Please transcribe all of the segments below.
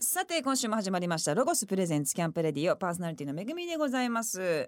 さて今週も始まりましたロゴスプレゼンツキャンプレディオ、パーソナリティのめぐみでございます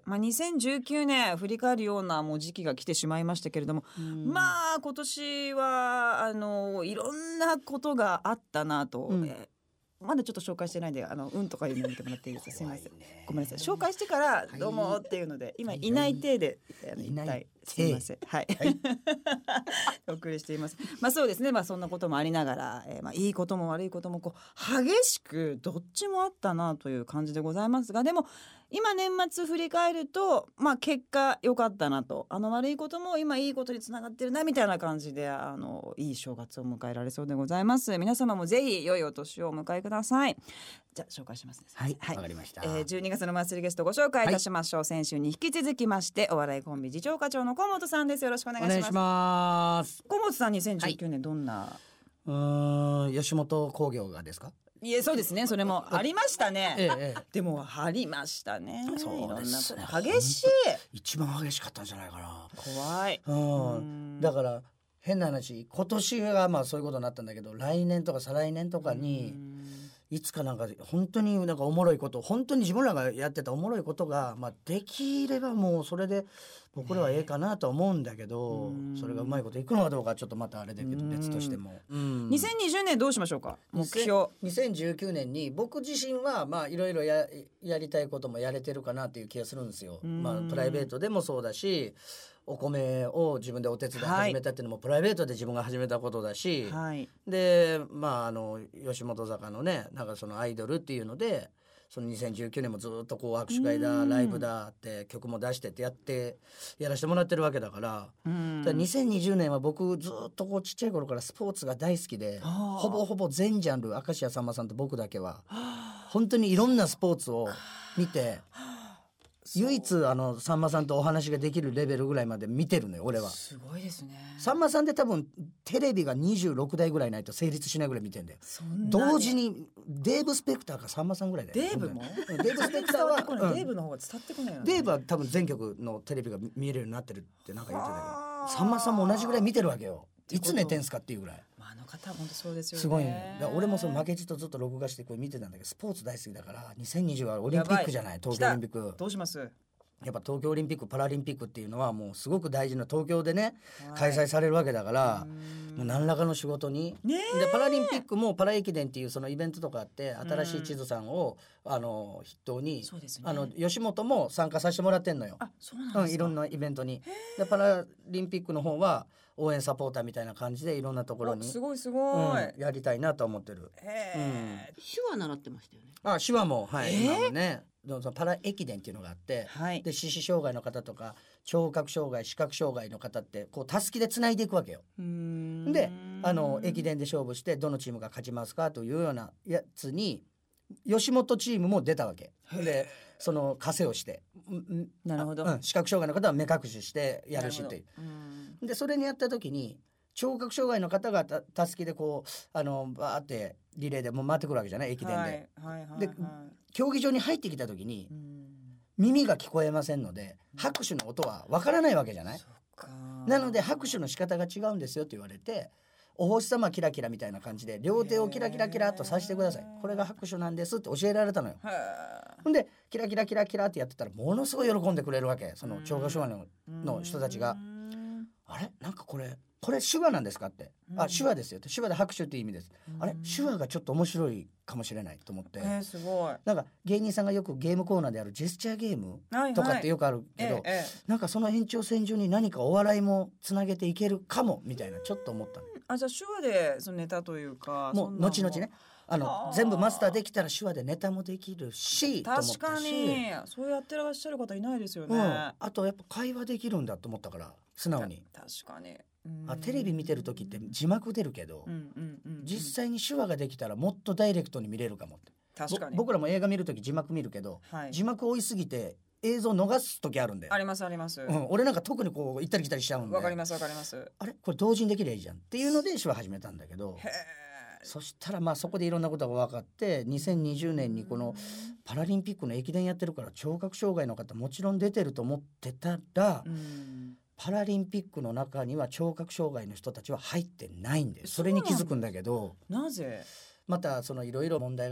。2019年振り返るようなもう時期が来てしまいましたけれども、まあ今年はいろんなことがあったなと、まだちょっと紹介してないんでとかいうの見てもらっていいですか。すいません、ごめんなさい。紹介してからどうもっていうので、今いない体で一体すいません、はい、お送りしています。そうですね、そんなこともありながら、いいことも悪いこともこう激しくどっちもあったなという感じでございますが、でも今年末振り返ると結果良かったなと、悪いことも今いいことにつながってるなみたいな感じでいい正月を迎えられそうでございます。皆様もぜひ良いお年をお迎えください。じゃあ紹介しますね。 はい、わかりました。 12月のマンスリーゲストご紹介いたしましょう。先週に引き続きましてお笑いコンビ次長課長の河本さんです。よろしくお願いします。 お願いします。 河本さん2019年どんな、 吉本興業がですか。 いえ、そうですね、それもありましたね、でもありましたね。 そうですね、 いろんな激しい、 一番激しかったんじゃないかな。 怖い。 だから変な話、今年はそういうことになったんだけど、来年とか再来年とかにいつかなんか本当になんかおもろいこと、本当に自分らがやってたおもろいことができればもうそれで僕らはええかなと思うんだけど、それがうまいこといくのかどうかちょっとまたあれだけど別としても、 2020年どうしましょうか、目標。 2019年に僕自身はいろいろやりたいこともやれてるかなっていう気がするんですよ。プライベートでもそうだし、お米を自分でお手伝い始めたっていうのもプライベートで自分が始めたことだし、で吉本坂のね、なんかそのアイドルっていうのでその2019年もずっとこう握手会だライブだって曲も出してってやらせてもらってるわけだから、だから2020年は僕ずっとこうちっちゃい頃からスポーツが大好きで、ほぼほぼ全ジャンル、明石家さんまさんと僕だけは本当にいろんなスポーツを見て、唯一さんまさんとお話ができるレベルぐらいまで見てるのよ俺は。 すごいですね。 さんまさんで多分テレビが26台ぐらいないと成立しないぐらい見てんだよ。同時にデーブ・スペクターかさんまさんぐらいだよ。 デーブもデーブ・スペクターはデーブの方が伝ってこないよね。 デーブは多分全局のテレビが見えるようになってるってなんか言ってたけど、さんまさんも同じぐらい見てるわけよ。いつ寝てんすかっていうぐらい。 あの方本当そうですよね。 すごいね。だから俺もその負けじとずっと録画してこれ見てたんだけど、スポーツ大好きだから2020はオリンピックじゃない、東京オリンピック。 どうします？ やっぱ東京オリンピックパラリンピックっていうのはもうすごく大事な、東京でね、開催されるわけだから、もう何らかの仕事に、でパラリンピックもパラ駅伝っていうそのイベントとかあって、新しい地図さんを筆頭に、吉本も参加させてもらってんのよ。 そうなんですか。 いろんなイベントに。でパラリンピックの方は応援サポーターみたいな感じでいろんなところにすごいすごい、 やりたいなと思ってる。 手話習ってましたよね。 手話も今もね、パラ駅伝っていうのがあって、で視視障害の方とか聴覚障害視覚障害の方ってこうたすきでつないでいくわけよ。で駅伝で勝負してどのチームが勝ちますかというようなやつに吉本チームも出たわけで、その枷をして、 なるほど、 視覚障害の方は目隠ししてやるしという。でそれにやった時に聴覚障害の方がたすきでこうバーってリレーでもう回ってくるわけじゃない、駅伝で。で競技場に入ってきた時に耳が聞こえませんので拍手の音はわからないわけじゃない。なので拍手の仕方が違うんですよって言われて、お星様キラキラみたいな感じで両手をキラキラキラっとさしてください、これが拍手なんですって教えられたのよ。ほんでキラキラキラキラってやってたらものすごい喜んでくれるわけ、その聴覚障害の人たちが。あれなんかこれ手話なんですかって、手話ですよって、手話で拍手っていう意味です。あれ手話がちょっと面白いかもしれないと思って、 すごい。 なんか芸人さんがよくゲームコーナーであるジェスチャーゲームとかってよくあるけど、なんかその延長線上に何かお笑いもつなげていけるかもみたいなちょっと思ったの。 じゃあ手話でそのネタというかもう後々ね全部マスターできたら手話でネタもできるしと思ったし、 確かにそうやってらっしゃる方いないですよね。 あとやっぱ会話できるんだと思ったから素直に。 確かにテレビ見てる時って字幕出るけど、実際に手話ができたらもっとダイレクトに見れるかもって。 確かに僕らも映画見る時字幕見るけど、字幕多いすぎて映像逃す時あるんで。 ありますあります、 俺なんか特にこう行ったり来たりしちゃうんで。 わかりますわかります。 あれこれ同時にできりゃいいじゃんっていうので手話始めたんだけど、そしたらそこでいろんなことが分かって、2020年にこのパラリンピックの駅伝やってるから聴覚障害の方もちろん出てると思ってたら、パラリンピックの中には聴覚障害の人たちは入ってないんです。それに気づくんだけど、 なぜまたそのいろいろ問題があっ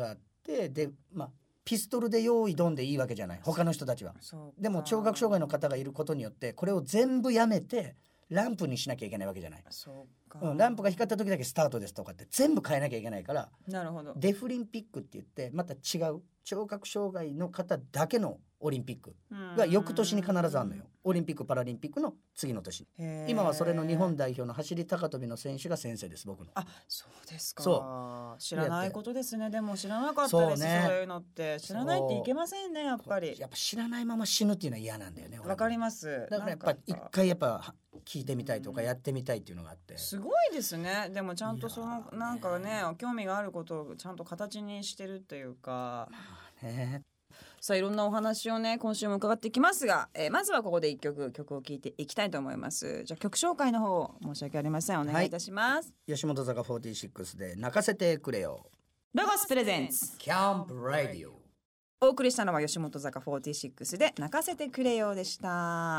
でピストルで用意ドンでいいわけじゃない他の人たちは。でも聴覚障害の方がいることによってこれを全部やめてランプにしなきゃいけないわけじゃない。ランプが光った時だけスタートですとかって全部変えなきゃいけないから。 なるほど。 デフリンピックって言ってまた違う聴覚障害の方だけのオリンピックが翌年に必ずあるのよ。オリンピックパラリンピックの次の年。今はそれの日本代表の走り高跳びの選手が先生です僕の。 あ、そうですか。そう知らないことですね。でも知らなかったです。そういうのって知らないっていけませんね。やっぱり知らないまま死ぬっていうのは嫌なんだよね。 わかります。 だからやっぱ一回聞いてみたいとかやってみたいっていうのがあって、 すごいですね。でもちゃんとそのなんかね興味があることをちゃんと形にしてるっていうか、さあいろんなお話をね今週も伺っていきますが、まずはここで一曲を聴いていきたいと思います。じゃあ曲紹介の方申し訳ありません、お願いいたします。 吉本坂46で泣かせてくれよ。 ロゴスプレゼンツキャンプラディオ。 お送りしたのは吉本坂46で泣かせてくれよでした。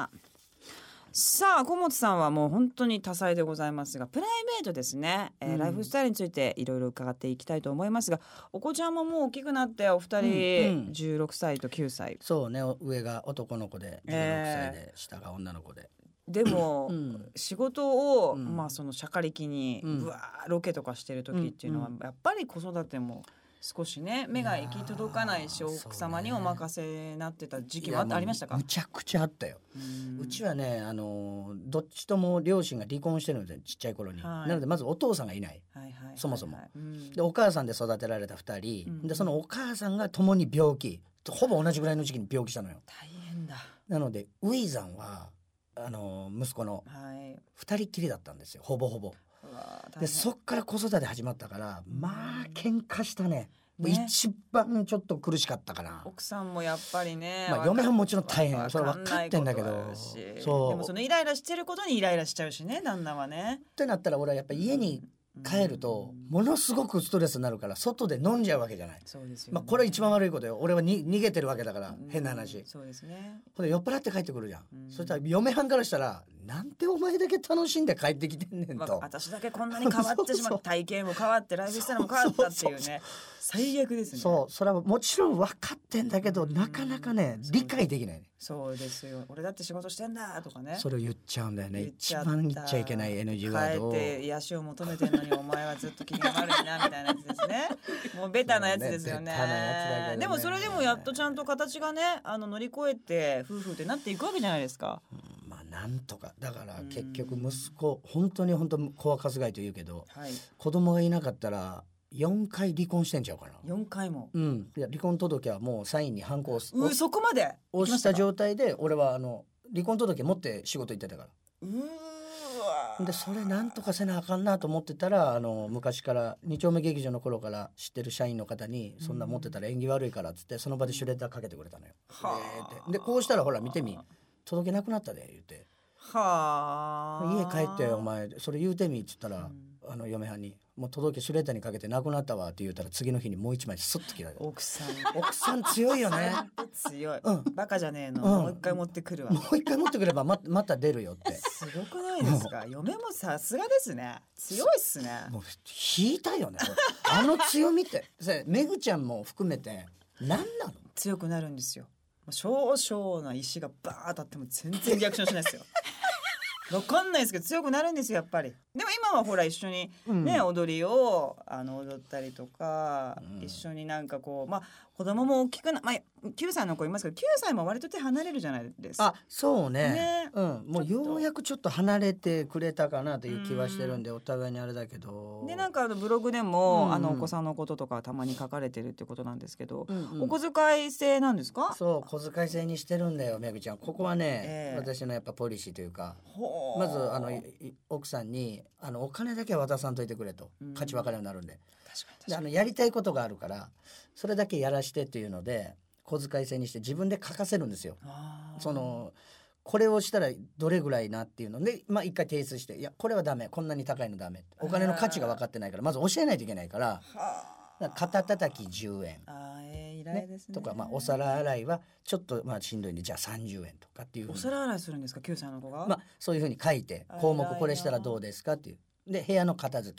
さあ小本さんはもう本当に多彩でございますが、プライベートですね、ライフスタイルについていろいろ伺っていきたいと思いますが、お子ちゃんももう大きくなってお二人、16歳と9歳。 そうね、上が男の子で16歳で、下が女の子で。 でも、仕事を、そのしゃかりきにぶわーロケとかしてる時っていうのは、やっぱり子育ても少しね目が行き届かないし奥様にお任せになってた時期もありましたか？ むちゃくちゃあったよ。うちはねどっちとも両親が離婚してるのでちっちゃい頃に、なのでまずお父さんがいない、そもそも、でお母さんで育てられた2人、でそのお母さんが共に病気、ほぼ同じぐらいの時期に病気したのよ。 大変だ。 なのでウィーザンは息子の2人っきりだったんですよ、ほぼほぼ。でそっから子育て始まったから喧嘩したね。一番ちょっと苦しかったかな。 奥さんもやっぱりね、 嫁はもちろん大変、それ分かってんだけど、 そうでもそのイライラしてることにイライラしちゃうしね、旦那はね。 ってなったら俺はやっぱり家に帰るとものすごくストレスになるから外で飲んじゃうわけじゃない。 そうですよね。 これ一番悪いことよ。俺は逃げてるわけだから、変な話。 そうですね。 酔っ払って帰ってくるじゃん。そしたら嫁はんからしたらなんてお前だけ楽しんで帰ってきてんねんと、 私だけこんなに変わってしまう体型も変わってライフスタイルも変わったっていうね、最悪ですね。それはもちろん分かってんだけど、なかなかね理解できない、ね。 そうですよ。俺だって仕事してんだとかね、 それを言っちゃうんだよね。一番言っちゃいけない NG ワードを。 帰って癒しを求めてんのにお前はずっと気が悪いなみたいなやつですね。もうベタなやつですよね。ベタなやつだけどね。でもそれでもやっとちゃんと形がね乗り越えて夫婦ってなっていくわけじゃないですか。 なんとかだから結局息子本当に子はかすがいと言うけど、子供がいなかったら4回離婚してんちゃうかな。 4回も。 いや離婚届はもうサインにハンコをそこまで押した状態で俺は離婚届持って仕事行ってたから。でそれなんとかせなあかんなと思ってたら昔から2丁目劇場の頃から知ってる社員の方にそんな持ってたら縁起悪いからっつってその場でシュレッダーかけてくれたのよ。でこうしたらほら見てみ届けなくなったで言って、家帰ってお前それ言うてみっつったら、嫁はんにもう届けシュレッダーにかけてなくなったわって言うたら次の日にもう一枚スッと切られた。奥さん強いよね。 強い、バカじゃねえの、もう一回持ってくるわ。 もう一回持ってくれば また出るよって。 すごくないですか。嫁もさすがですね。強いっすね。もう引いたよね。強みってめぐちゃんも含めて何なの。 強くなるんですよ。少々な石がバーッ当たっても全然リアクションしないですよ。分かんないですけど強くなるんですよやっぱり。でも今はほら一緒にね、踊りを踊ったりとか、一緒になんかこう子供も大きくな、9歳の子いますけど9歳も割と手離れるじゃないですか。 そうね。もうようやくちょっと離れてくれたかなという気はしてるんで、お互いにあれだけど。でなんかブログでも、お子さんのこととかたまに書かれてるってことなんですけど、お小遣い制なんですか。 そう小遣い制にしてるんだよめぐちゃん。ここはね、私のやっぱポリシーというか、まず奥さんにお金だけは渡さんといてくれと、価値分かるようになるんで。でやりたいことがあるからそれだけやらしてっていうので小遣い制にして自分で書かせるんですよ。これをしたらどれぐらいなっていうので、一回提出して、いやこれはダメ、こんなに高いのダメ、お金の価値が分かってないからまず教えないといけないから、肩叩き10円依頼ですね。 とか、お皿洗いはちょっとしんどいんでじゃあ30円とかっていう。 お皿洗いするんですか9歳の子が。 そういうふうに書いて項目これしたらどうですかっていうで部屋の片付け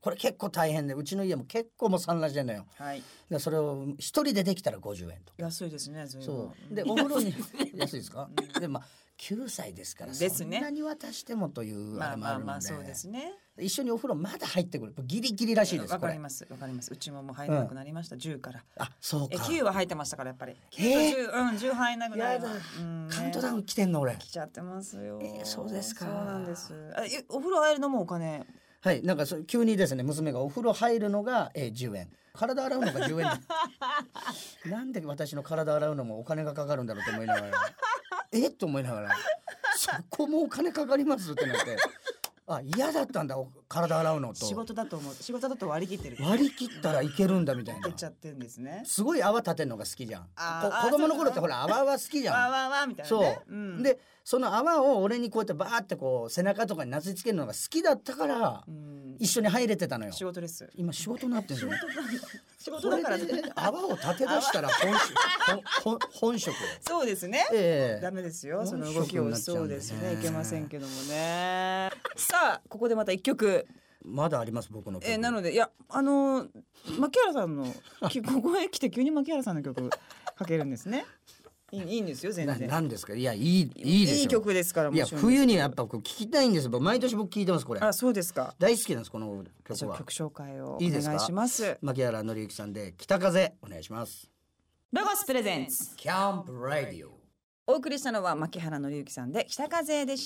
これ結構大変で、うちの家も結構もう散乱してんのよ。 はい。 でそれを一人でできたら50円と。 安いですね。 そうでお風呂に安いですか？でまあ9歳ですからですね、 そんなに渡してもというあれもあるので、 そうですね。 一緒にお風呂まだ入ってくるギリギリらしいです。 わかります。うちももう入らなくなりました、10から。 あ、そうか。 9は入ってましたからやっぱり。9と10、10入らなくなる。 カウントダウン来てんの俺。 来ちゃってますよ。 そうですか。 そうなんです。お風呂入るのもお金。 はい、なんか急にですね、娘がお風呂入るのが10円、体洗うのが10円なんで私の体洗うのもお金がかかるんだろうと思いながらと思いながら、そこもお金かかりますってなって、あ、嫌だったんだ体洗うのと。 仕事だと思う。仕事だと割り切ってる。 割り切ったらいけるんだみたいな。 出ちゃってるんですね。 すごい泡立てるのが好きじゃん。子供の頃ってほら泡好きじゃん。 泡みたいなね。 そう、でその泡を俺にこうやってバーってこう背中とかになすりつけるのが好きだったから、一緒に入れてたのよ。 仕事です。 今仕事になってんの。 仕事だから泡を立て出したら本職。 そうですね。ダメですよ。その動きを。そうですね。いけませんけどもね。さあここでまた一曲。 まだあります僕の曲。 なのでいや牧原さんのここへ来て急に牧原さんの曲かけるんですね。いいんですよ全然。 なんですか。いやいいですよ。いい曲ですから。 いや冬にやっぱ聞きたいんです。毎年僕聞いてますこれ。 あ、そうですか。 大好きなんですこの曲は。 曲紹介をお願いします。 牧原紀之さんで北風お願いします。 ロゴスプレゼンツキャンプラディオ。 お送りしたのは牧原紀之さんで北風でした。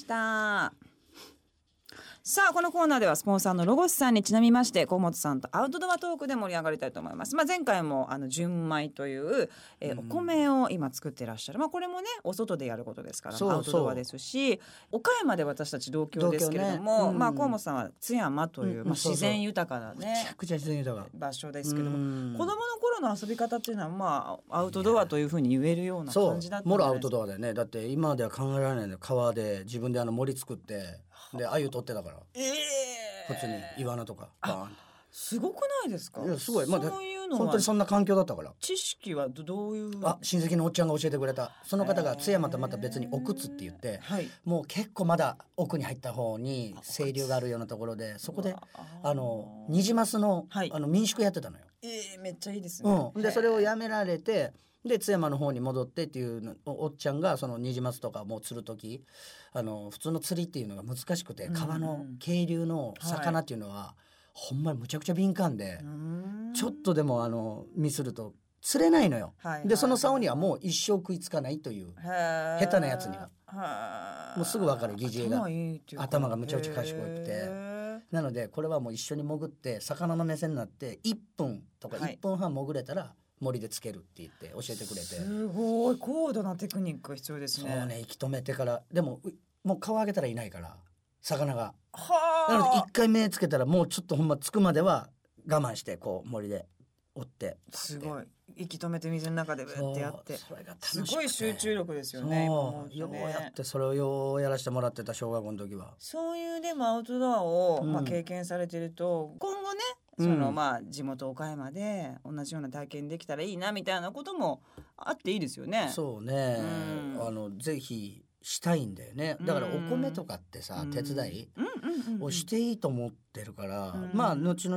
さあこのコーナーではスポンサーのロゴスさんにちなみまして河本さんとアウトドアトークで盛り上がりたいと思います。前回も純米という、お米を今作ってらっしゃる。これもねお外でやることですからアウトドアですし、岡山で私たち同郷ですけれども、河本さんは津山という、自然豊かなねめちゃくちゃ自然豊か場所ですけども、子供の頃の遊び方っていうのはアウトドアというふうに言えるような感じだったんです。 もろアウトドアだよね。だって今では考えられないの。川で自分で森作ってで鮎取ってたから、普通にイワナとかバーン。 すごくないですか。 いやすごい。 そういうのは本当にそんな環境だったから。 知識はどういう。 親戚のおっちゃんが教えてくれた。その方が津山とまた別に奥津って言って、もう結構まだ奥に入った方に清流があるようなところで、そこでニジマスの民宿やってたのよ。 めっちゃいいですね。 でそれをやめられて、で津山の方に戻ってっていうのおっちゃんがそのニジマスとかもう釣る時普通の釣りっていうのが難しくて、川の渓流の魚っていうのは、ほんまにむちゃくちゃ敏感で、ちょっとでもミスると釣れないのよ。でその竿にはもう一生食いつかないという下手なやつにはもうすぐ分かる。疑似が頭がむちゃくちゃ賢くて、なのでこれはもう一緒に潜って魚の目線になって1分とか1分半潜れたら森でつけるって言って教えてくれて、 すごい高度なテクニックが必要ですね。 そうね、息止めてから。でももう顔上げたらいないから魚が。なので一回目つけたらもうちょっとほんまつくまでは我慢してこう森で追って。 すごい息止めて水の中でブってやって、 それがすごい集中力ですよね。 ようやってそれをようやらせてもらってた小学校の時は。 そういうでもアウトドアを経験されてると、今後ね地元岡山で同じような体験できたらいいなみたいなこともあっていいですよね。 そうね、ぜひしたいんだよね。だからお米とかってさ、手伝いをしていいと思ってるから、後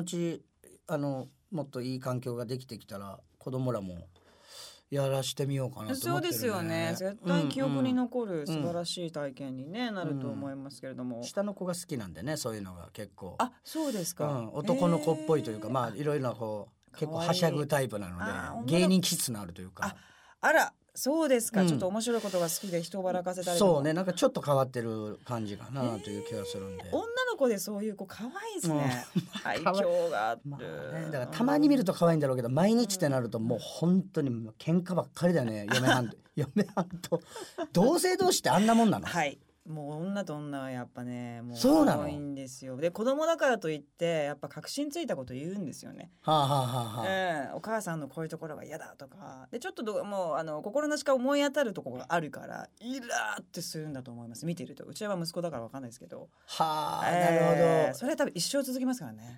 々もっといい環境ができてきたら子供らもやらしてみようかなと思ってるね。そうですよね。絶対記憶に残る素晴らしい体験に、なると思いますけれども、 下の子が好きなんでね、そういうのが結構。 そうですか。 男の子っぽいというか、いろいろな結構はしゃぐタイプなので芸人気質のあるというか。 あらそうですか、ちょっと面白いことが好きで人を笑かせたりとか。 そうね、なんかちょっと変わってる感じかなという気がするんで。 女の子でそういう子可愛いですね。愛嬌がある。 だからたまに見ると可愛いんだろうけど、毎日ってなるともう本当に喧嘩ばっかりだよね。嫁はんと同性同士ってあんなもんなの。 はい。もう女と女はやっぱね、もうそうなの。 多いんですよ。で子供だからといってやっぱ確信ついたこと言うんですよね。お母さんのこういうところが嫌だとかで、ちょっともう心なしか思い当たるところがあるからイラーってするんだと思います。見てると。うちは息子だから分かんないですけど。 なるほど。 それは多分一生続きますからね。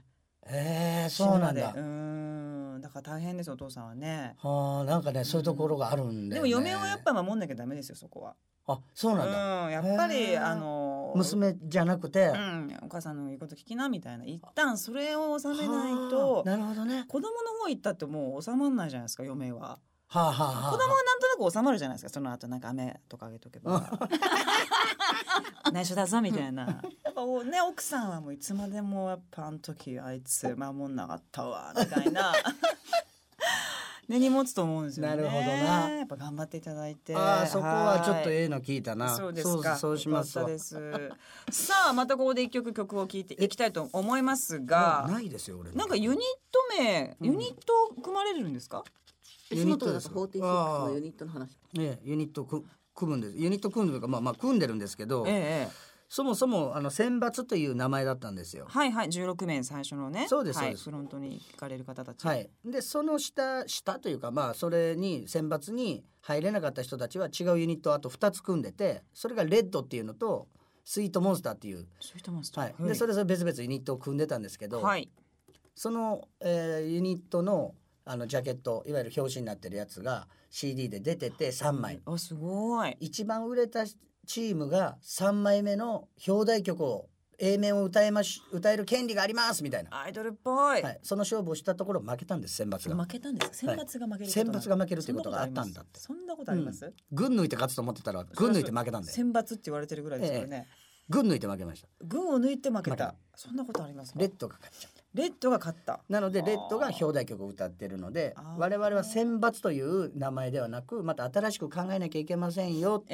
そうなんだ。 だから大変ですよお父さんはね。 なんかねそういうところがあるんだよね。 でも嫁をやっぱ守んなきゃダメですよそこは。 そうなんだ。 やっぱり娘じゃなくて、 お母さんの言うこと聞きなみたいな、一旦それを収めないと。 なるほどね。 子供の方行ったってもう収まんないじゃないですか嫁は。 子供はなんとなく収まるじゃないですか。その後なんか飴とかあげとけば内緒だぞみたいな。やっぱね奥さんはもういつまでもやっぱあの時あいつ守んなかったわみたいな根に持つと思うんですよね。 なるほどな。 やっぱ頑張っていただいて。 そこはちょっとの聞いたな。 そうですか。 そうしますわ。 さあまたここで一曲を聴いていきたいと思いますが、 ないですよ俺。 なんかユニット名、ユニット組まれるんですか？ 吉本だと46のユニットの話。 ユニット組むんです。ユニット組んでるか組んでるんですけど。そもそも選抜という名前だったんですよ。 はいはい、16名最初のね。 そうですそうです。 フロントに行かれる方たち。 はい。でその下というかそれに選抜に入れなかった人たちは違うユニットをあと2つ組んでて、それがレッドっていうのとスイートモンスターっていう。 スイートモンスター。 はい。でそれぞれ別々ユニットを組んでたんですけど、その、ユニットのジャケットいわゆる表紙になってるやつが CD で出てて3枚。 すごい。 一番売れたチームが3枚目の表題曲を A 面を歌える権利がありますみたいなアイドルっぽい、 その勝負をしたところ負けたんです。選抜が負けたんです。選抜が負ける、 選抜が負けるっていうことがあったんだって。 そんなことあります？ 軍抜いて勝つと思ってたら軍抜いて負けたんで、 選抜って言われてるぐらいですからね。 軍抜いて負けました。 軍を抜いて負けた。そんなことありますか？ レッドが勝っちゃった。 レッドが勝った。 なのでレッドが表題曲を歌ってるので、我々は選抜という名前ではなくまた新しく考えなきゃいけませんよって、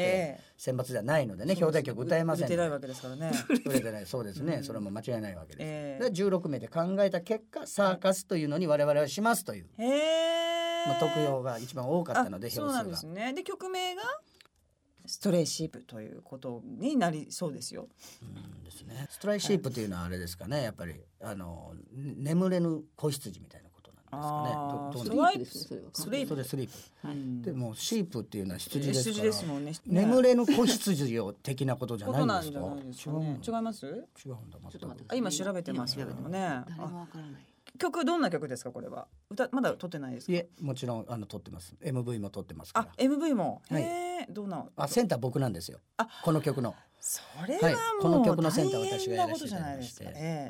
選抜ではないのでね、表題曲歌えません。 売れてないわけですからね。 売れてない。そうですね、それも間違いないわけです。で16名で考えた結果サーカスというのに我々はしますという、得票が一番多かったので票数が。 そうなんですね。で曲名がストレイシープということになりそうですよ。 ですね。ストレイシープというのはあれですかね、やっぱり眠れぬ子羊みたいなことなんですかね。 スリープ。でもシープっていうのは羊ですから。 羊ですもんね。 眠れぬ子羊よ的なことじゃないんですか。 違います？ 違うんだ。 ちょっと待って。 今調べてますけどもね。 誰もわからない。 曲どんな曲ですかこれは？まだ撮ってないですか？ いえ、もちろん撮ってます。MV も撮ってますから。 MV も。どうな？ センター僕なんですよ。この曲の。 それはこの曲のセンター私がやらせていただきまして。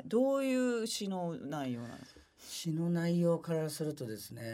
どういう詩の内容なんですか？ 詩の内容からするとですね、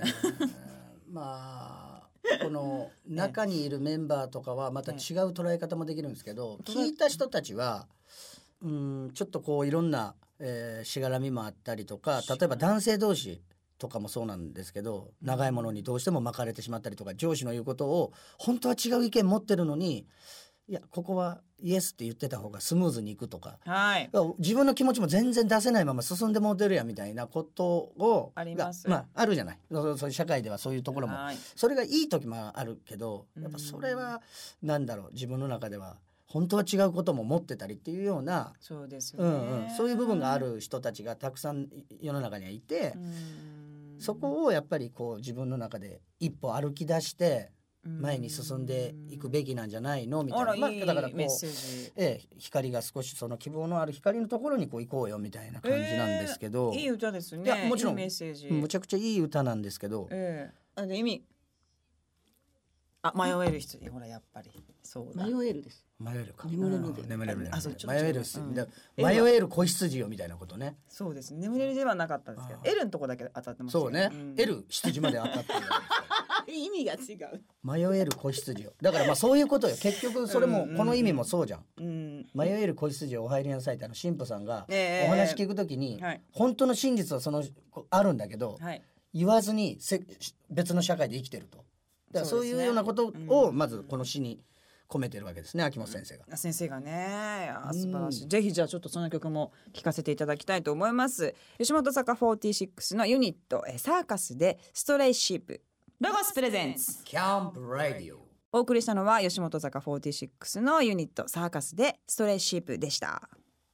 この中にいるメンバーとかはまた違う捉え方もできるんですけど、聞いた人たちはちょっとこういろんなしがらみもあったりとか、例えば男性同士とかもそうなんですけど、長いものにどうしても巻かれてしまったりとか、上司の言うことを本当は違う意見持ってるのに、いやここはイエスって言ってた方がスムーズにいくとか、自分の気持ちも全然出せないまま進んでもてるやみたいなことをあります。 あるじゃない。そういう社会ではそういうところも、それがいい時もあるけど、やっぱそれはなんだろう、自分の中では本当は違うことも持ってたりっていうような、 そうですよね。 そういう部分がある人たちがたくさん世の中にはいて、そこをやっぱりこう自分の中で一歩歩き出して前に進んでいくべきなんじゃないのみたいな。だからこう光が少しその希望のある光のところにこう行こうよみたいな感じなんですけど、 いい歌ですね。 いやもちろんメッセージむちゃくちゃいい歌なんですけど、 意味迷える人にほらやっぱりそうだ。 迷えるです。 迷えるか。 眠れるで。 迷える迷える子羊よみたいなことね。 そうです。眠れるではなかったんですけど、L のとこだけ当たってますよ。 そうね。L 羊まで当たってる。 意味が違う。 迷える子羊よ。だからそういうことよ。結局それもこの意味もそうじゃん。迷える子羊をお入りなさいって神父さんがお話聞くときに、本当の真実はあるんだけど、言わずに別の社会で生きてると。だからそういうようなことをまずこの詩に込めてるわけですね、秋元先生が。 先生がね、素晴らしい。ぜひじゃあちょっとその曲も聴かせていただきたいと思います。吉本坂46のユニットサーカスでストレイシープ。ロゴスプレゼンツキャンプラディオ。 お送りしたのは吉本坂46のユニットサーカスでストレイシープでした。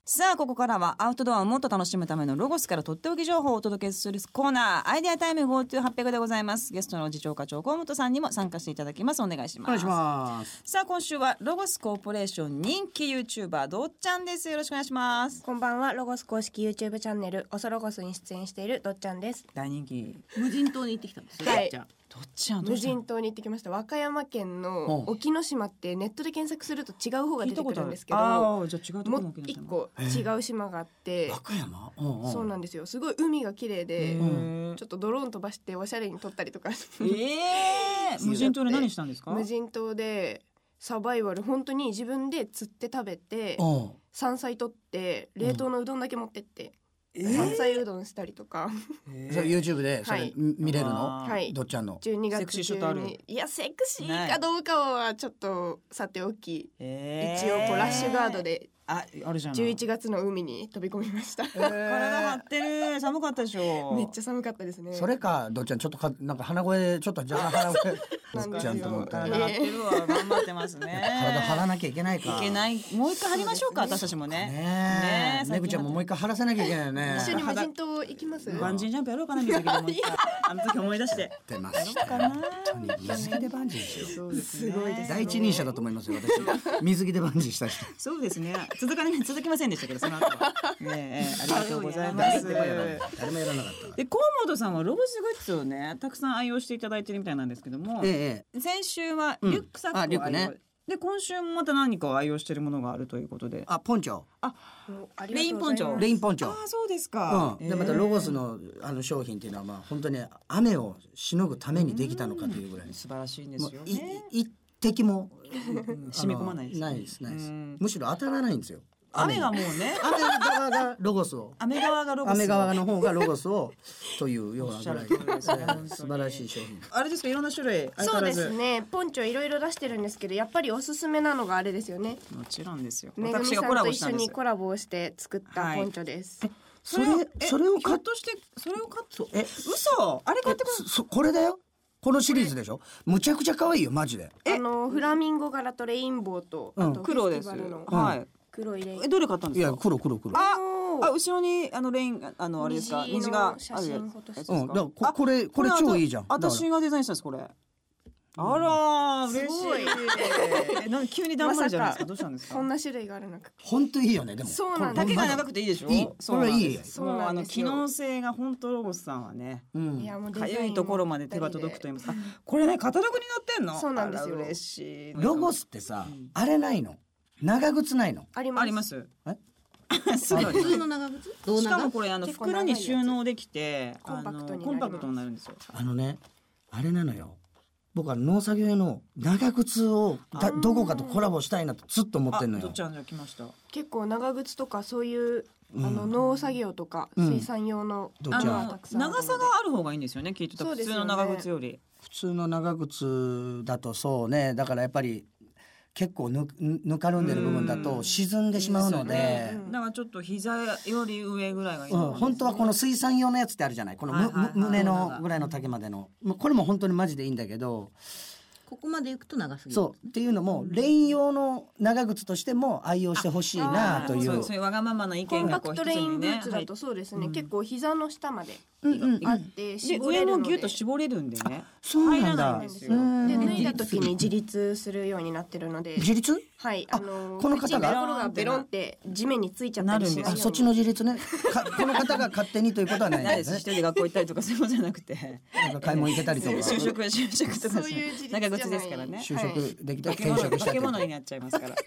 さあここからはアウトドアをもっと楽しむためのロゴスからとっておき情報をお届けするコーナー、アイデアタイム GoTo800 でございます。ゲストの次長課長河本さんにも参加していただきます。お願いします。 お願いします。 さあ今週はロゴスコーポレーション人気 YouTuber どっちゃんです。よろしくお願いします。 こんばんは。ロゴス公式 YouTube チャンネルオソロゴスに出演しているどっちゃんです。 大人気。 無人島に行ってきたんですよ。 はいじゃあどっちゃん。 無人島に行ってきました。和歌山県の沖ノ島ってネットで検索すると違う方が出てくるんですけど、 ああじゃあ違うところもうも一個違う島があって和歌山、 そうなんですよ。すごい海が綺麗で、ちょっとドローン飛ばしておしゃれに撮ったりとか無人島で何したんですか？ 無人島でサバイバル、本当に自分で釣って食べて山菜取って冷凍のうどんだけ持ってって山菜うどんしたりとか、 それ YouTube でそれ、 はい見れるの、 はい、 どっちゃんの 12月セクシーショットある？ いやセクシーかどうかはちょっとさておき、一応こうラッシュガードであるじゃん。 11月の海に飛び込みました。 体張ってる。寒かったでしょ。 めっちゃ寒かったですね。 それかどっちゃんちょっとなんか鼻声ちょっとじゃあ鼻声どっちゃんと思った体張ってるわ。頑張ってますね。 体張らなきゃいけないか。 いけない。もう一回張りましょうか、私たちもね。 ねえ、めぐちゃんももう一回張らせなきゃいけないよね。 一緒に無人島行きます？ バンジージャンプやろうかな、水着でもう一回。あの時思い出して。 出ました。本当に水着でバンジーですよ。 すごいです。 第一人者だと思いますよ私。水着でバンジーした人。 そうですね。続きませんでしたけどその後は。ねえ、ありがとうございます。 誰もやらなかった。 で河本さんはロゴスグッズをねたくさん愛用していただいてるみたいなんですけども、先週はリュックサックを愛用、で今週もまた何かを愛用しているものがあるということで、 ポンチョ。 レインポンチョ。 レインポンチョ。 そうですか。 でまたロゴスの商品っていうのはまあ本当に雨をしのぐためにできたのかというぐらい素晴らしいんですよ。 一滴も染み込まないです。 ないです。むしろ当たらないんですよ。 雨がもうね、 雨側がロゴスを、 雨側の方がロゴスをというようなぐらい素晴らしい商品。あれですか、いろんな種類。 そうですね。ポンチョいろいろ出してるんですけど、やっぱりおすすめなのがあれですよね。 もちろんですよ。 めぐみさんと一緒にコラボをして作ったポンチョです。 それをカットしてそれをカット。嘘。あれ買ってくる。 これだよ。このシリーズでしょ。むちゃくちゃ可愛いよマジで。 フラミンゴ柄とレインボーとあと黒です。はい。 黒いレイン。 どれ買ったんですか？ いや黒。 後ろにレインあれですか、虹があるやつ。 これ超いいじゃん。 私がデザインしたんですこれ。あら嬉しい。なんか急にだんまりじゃないですか。どうしたんですか？ こんな種類があるのか。 本当いいよね。でもそうなん丈が長くていいでしょ。 いい。それいい。 もう機能性が本当ロゴスさんはね。いやもうかゆいところまで手が届くと言いますか。これねカタログに載ってんの？ そうなんですよ。 嬉しい。 ロゴスってさあれないの？長靴ないの？ あります。 普通の長靴？ しかもこれ袋に収納できてコンパクトになるんですよ。 あれなのよ。僕は農作業用の長靴をどこかとコラボしたいなとずっと思ってんのよ。 どっちゃんじゃ来ました。 結構長靴とかそういう農作業とか生産用の長さがある方がいいんですよね。きっと普通の長靴より。 普通の長靴だとそうね。だからやっぱり結構ぬかるんでる部分だと沈んでしまうので、 だからちょっと膝より上ぐらいがいい。 本当はこの水産用のやつってあるじゃない。この胸のぐらいの丈までのこれも本当にマジでいいんだけど、 ここまで行くと長すぎる。 そうっていうのもレイン用の長靴としても愛用してほしいなという。 そういうわがままな意見がコンパクトレインブーツだとそうですね。結構膝の下まであって上もギュッと絞れるんでね。 そうなんだ。 で脱いだ時に自立するようになってるので。 自立？ はい。 この方がベロンって地面についちゃったりしないように。 そっちの自立ね。この方が勝手にということはないですね。 一人で学校行ったりとかそういうことじゃなくて、 買い物行けたりとか。 就職とかそういう自立長靴ですからね。 就職できた転職した化け物になっちゃいますから。こ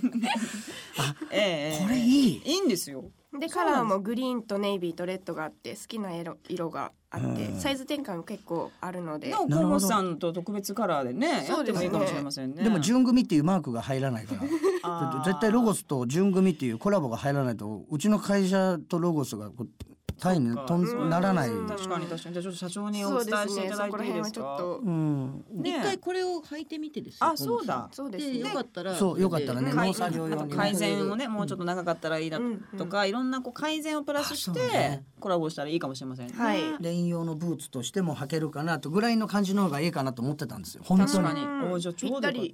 れいいんですよ。 でカラーもグリーンとネイビーとレッドがあって好きな色があってサイズ転換結構あるので。 河本さんと特別カラーでねやってもいいかもしれませんね。 でも純組っていうマークが入らないから絶対ロゴスと純組っていうコラボが入らないとうちの会社とロゴスが単位にならない。 確かにじゃあちょっと社長にお伝えしていただいていいですか。 一回これを履いてみてですよ。 そうだ。 でよかったらね農作業用に改善をねもうちょっと長かったらいいなとかいろんな改善をプラスしてコラボしたらいいかもしれませんね。 レイン用のブーツとしても履けるかなとぐらいの感じの方がいいかなと思ってたんですよ。本当に。 じゃあちょうどよかった。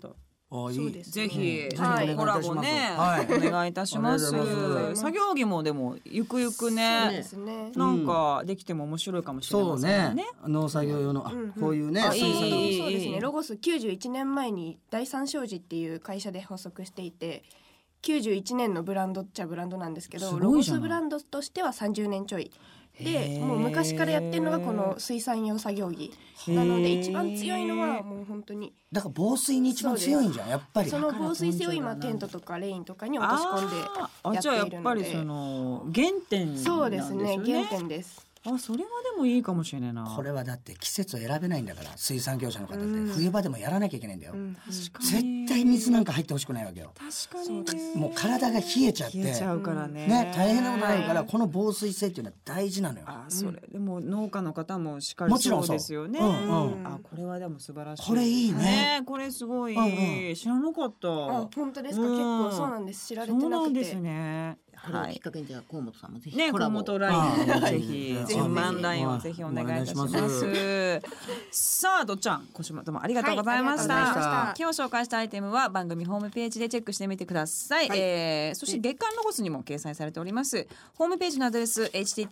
いいぜひ、 はい、 コラボね、はい、お願いいたします。作業着もでもゆくゆくね、なんかできても面白いかもしれませんね。 農作業用のこういうね、 そうですね。ロゴス91年前に第三商事っていう会社で発足していて、91年のブランドっちゃブランドなんですけど、ロゴスブランドとしては30年ちょいで、もう昔からやってるのがこの水産用作業着なので、一番強いのはもう本当にだから防水に一番強いんじゃん、やっぱり。 その防水性を今テントとかレインとかに落とし込んでやっているので。 じゃあやっぱりその原点なんですよね。 そうですね、原点です。 それはでもいいかもしれないな。 これはだって季節を選べないんだから、水産業者の方って冬場でもやらなきゃいけないんだよ、絶対水なんか入ってほしくないわけよ。 確かにね。 もう体が冷えちゃってちゃうからね、 大変なことないから、この防水性っていうのは大事なのよ。 それでも農家の方もしっかりそうですよね。これはでも素晴らしい。 これいいね。 これすごい、知らなかった。 本当ですか。結構そうなんです。知られてなくて。 そうなんですね。 これをきっかけにじゃあ河本さんもぜひ河本ラインぜひ10万ラインをぜひお願いいたします。さあどっちゃん、今週もどうもありがとうございました。今日紹介したアイテムは番組ホームページでチェックしてみてください。そして月刊ロゴスにも掲載されております。ホームページのアドレス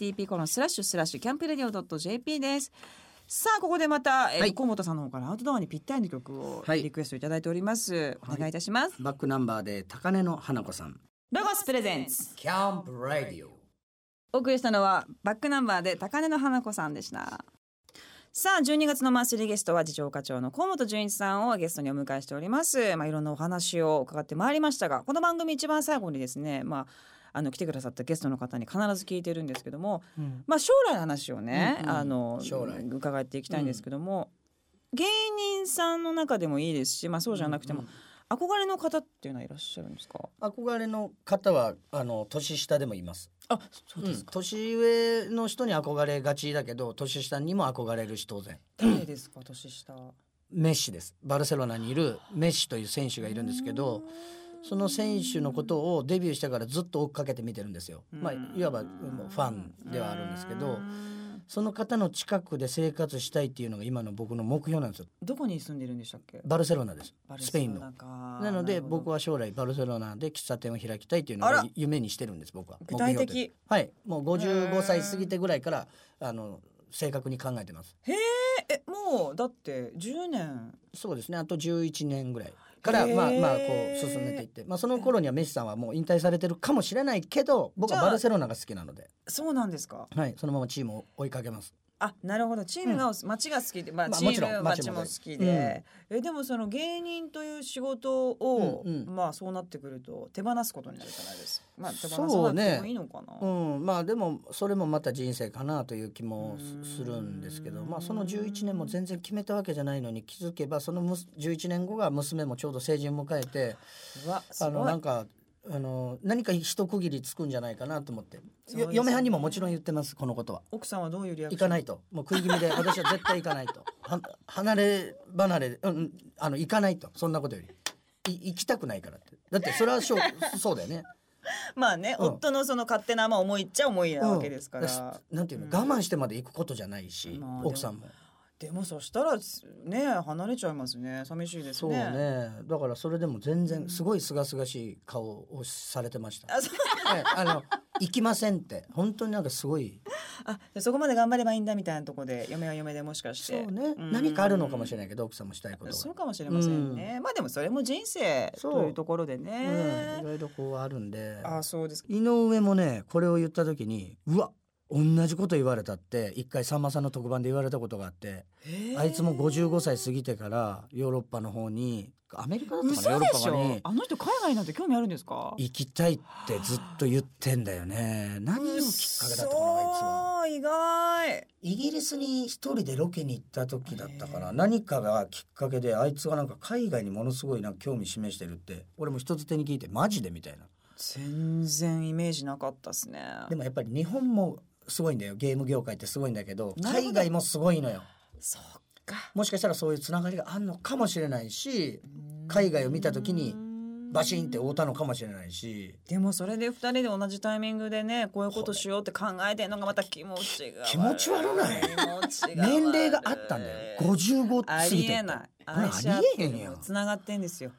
http://campiradio.jp です。さあここでまた河本さんの方からアウトドアにぴったりの曲をリクエストいただいております。お願いいたします。 バックナンバーで高根の花子さん、 ロゴスプレゼンツキャンプラディオ。 お送りしたのはバックナンバーで高根の花子さんでした。さあ12月のマンスリーゲストは次長課長の河本純一さんをゲストにお迎えしております。いろんなお話を伺ってまいりましたが、この番組一番最後にですね、来てくださったゲストの方に必ず聞いてるんですけども、将来の話をね、伺っていきたいんですけども、芸人さんの中でもいいですし、そうじゃなくても、憧れの方っていうのはいらっしゃるんですか？ 憧れの方は年下でもいます。 そうですか。 年上の人に憧れがちだけど、年下にも憧れるし当然。 誰ですか？年下。 メッシです。バルセロナにいるメッシという選手がいるんですけど、その選手のことをデビューしてからずっと追っかけて見てるんですよ。いわばファンではあるんですけど、その方の近くで生活したいっていうのが今の僕の目標なんですよ。 どこに住んでるんでしたっけ？ バルセロナです。スペインの。なので僕は将来バルセロナで喫茶店を開きたいっていうのを夢にしてるんです。僕は具体的。 はい、もう55歳過ぎてぐらいから正確に考えてます。 へえ、もうだって10年。 そうですね。あと11年ぐらいからこう進めていって、その頃にはメッシさんはもう引退されてるかもしれないけど、僕はバルセロナが好きなので。 そうなんですか。 はい、そのままチームを追いかけます。 なるほど。チームが街が好きで、チーム街も好きで、でもその芸人という仕事を、そうなってくると手放すことになるじゃないですか。手放さなくてもいいのかな。でもそれもまた人生かなという気もするんですけど、その11年も全然決めたわけじゃないのに、気づけばその11年後が娘もちょうど成人を迎えて、なんか何か一区切りつくんじゃないかなと思って、嫁はんにももちろん言ってます。このことは。 奥さんはどういうリアクション？ 行かないと、もう食い気味で私は絶対行かないと離れ離れ行かないと、そんなことより行きたくないからって。だってそれはそうだよね。 夫のその勝手な思いっちゃ思いなわけですから、 なんていうの、我慢してまで行くことじゃないし、奥さんも。 でもそしたらね、離れちゃいますね。寂しいですね。 そうね。だからそれでも全然すごい清々しい顔をされてました。行きませんって本当になんかすごい。 そこまで頑張ればいいんだみたいなところで、嫁は嫁でもしかして。 そうね。何かあるのかもしれないけど、奥さんもしたいことは。 そうかもしれませんね。でもそれも人生というところでね。 いろいろこうあるんで。 そうです。 井上もね、これを言った時に、うわ。同じこと言われたって一回さんまさんの特番で言われたことがあって、あいつも55歳過ぎてからヨーロッパの方に、アメリカだったかな、ヨーロッパに。 あの人海外なんて興味あるんですか？ 行きたいってずっと言ってんだよね。何のきっかけだったかな、あいつは。 意外。 イギリスに一人でロケに行った時だったかな、何かがきっかけであいつがなんか海外にものすごい興味示してるって、俺も人づてに聞いて、マジでみたいな。 全然イメージなかったっすね。 でもやっぱり日本もすごいんだよ。ゲーム業界ってすごいんだけど、海外もすごいのよ。 そうか。 もしかしたらそういうつながりがあるのかもしれないし、海外を見た時にバシンって会うたのかもしれないし。 でもそれで2人で同じタイミングでね、こういうことしようって考えてるのがまた気持ちが悪い。 気持ち悪ない。年齢があったんだよ。55過ぎて。 ありえない。 ありえへんやん。 つながってんですよ。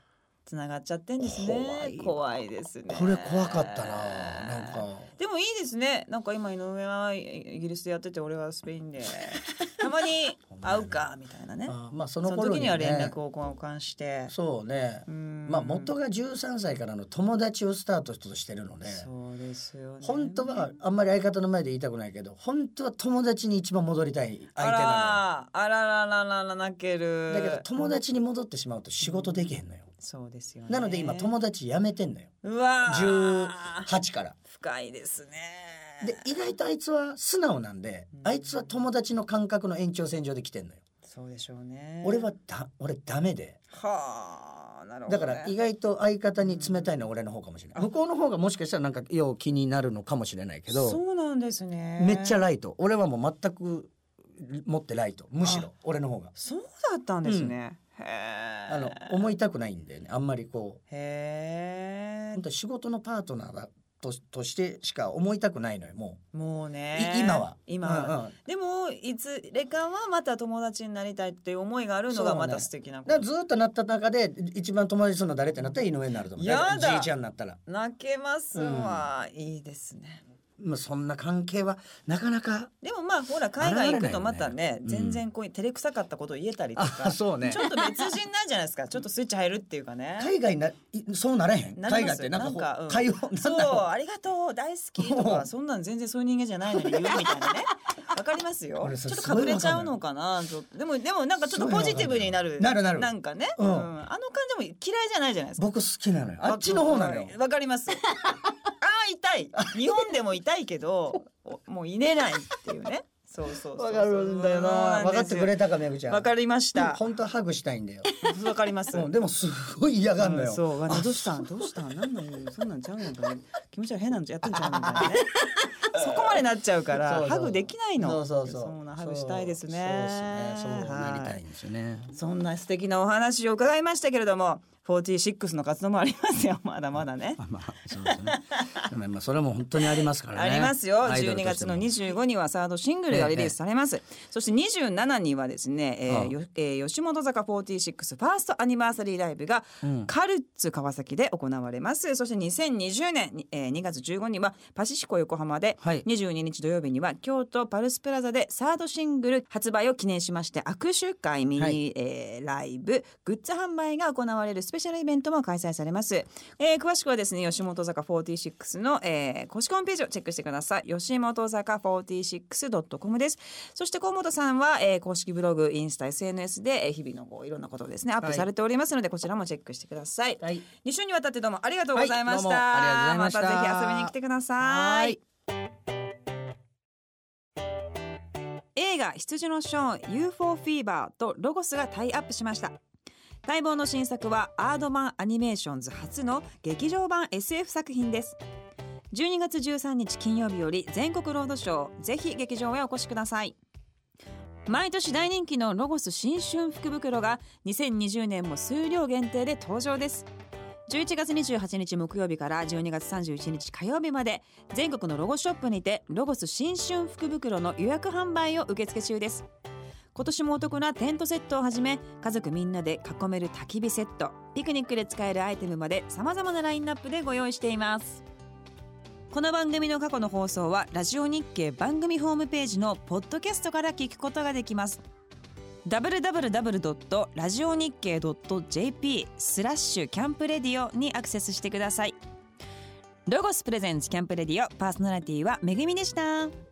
つながっちゃってんですね。怖いですね。 これ怖かったな。なんかでもいいですね。なんか今井上はイギリスでやってて、俺はスペインでたまに会うかみたいなね。 まあその頃にね、 その時には連絡を交換して。 そうね。まあ元が13歳からの友達をスタートとしてるので。 そうですよね。 本当はあんまり相方の前で言いたくないけど、本当は友達に一番戻りたい相手なのよ。 あららららら泣ける。 だけど友達に戻ってしまうと仕事できへんのよ。 そうですよね。 なので今友達辞めてんのよ。 うわ 18から深いですね。 で意外とあいつは素直なんで、あいつは友達の感覚の延長線上で来てんのよ。 そうでしょうね。 俺ダメで。 はあ、なるほど、ね。 だから意外と相方に冷たいのは俺の方かもしれない。向こうの方がもしかしたらなんかよう気になるのかもしれないけど。 そうなんですね。 めっちゃライト。俺はもう全く持ってライト。むしろ俺の方が。 そうだったんですね。 思いたくないんでね、あんまりこう本当仕事のパートナーだとしてしか思いたくないのよ。もうね今は、 でもいつれかはまた友達になりたいっていう思いがあるのがまた素敵なこと、 だからずっとなった中で一番友達するの誰ってなったら井上になると思う。 やだ、 じいちゃんになったら泣けますわ、いいですね。 そんな関係はなかなか。 でもまあほら海外行くとまたね、全然こう照れくさかったことを言えたりとか、 そうね、 ちょっと別人なんじゃないですか。ちょっとスイッチ入るっていうかね。 海外そうなれへん。海外ってなんか会話そうありがとう大好きとかそんなん全然そういう人間じゃないのに言うみたいなね。わかりますよ。ちょっと隠れちゃうのかな。でもなんかちょっとポジティブになるなんかね、あの感じも嫌いじゃないじゃないですか。 僕好きなのよ。あっちの方なのよ。 わかります。痛い。日本でも痛いけどもういねないっていうね。そうわかるんだよな。分かってくれたかめぐちゃん。 わかりました。 本当はハグしたいんだよ。 わかります。 でもすごい嫌がんのよ。 そうどうしたなんだよ、そんなんちゃうのか、気持ち悪い変なのやってんちゃうみたいなね。そこまでなっちゃうからハグできないの。そうなハグしたいですね。 そうなりたいんですよね。 そんな素敵なお話を伺いましたけれども、46の活動もありますよ。まだまだね。 そうですね。それも本当にありますからね。 ありますよ。12月の25にはサードシングルがリリースされます。そして27にはですね、吉本坂46ファーストアニバーサリーライブがカルッツ川崎で行われます。そして2020年2月15日にはパシフィコ横浜で、22日土曜日には京都パルスプラザでサードシングル発売を記念しまして握手会ミニ、ライブグッズ販売が行われるスペシャルイベントも開催されます。詳しくはですね吉本坂46の、公式ホームページをチェックしてください。吉本坂 46.com です。そして河本さんは、公式ブログインスタ SNS で、日々のいろんなことをですねアップされておりますので、こちらもチェックしてください。2週にわたってどうもありがとうございました。またぜひ遊びに来てください。映画羊のショー UFO フィーバーとロゴスがタイアップしました。待望の新作はアードマンアニメーションズ初の劇場版 SF 作品です。12月13日金曜日より全国ロードショー、ぜひ劇場へお越しください。毎年大人気のロゴス新春福袋が2020年も数量限定で登場です。11月28日木曜日から12月31日火曜日まで全国のロゴショップにてロゴス新春福袋の予約販売を受付中です。今年もお得なテントセットをはじめ家族みんなで囲める焚き火セット、ピクニックで使えるアイテムまで様々なラインナップでご用意しています。この番組の過去の放送はラジオ日経番組ホームページのポッドキャストから聞くことができます。www.radionickei.jp/キャンプレディオにアクセスしてください。ロゴスプレゼンツキャンプレディオ、パーソナリティはめぐみでした。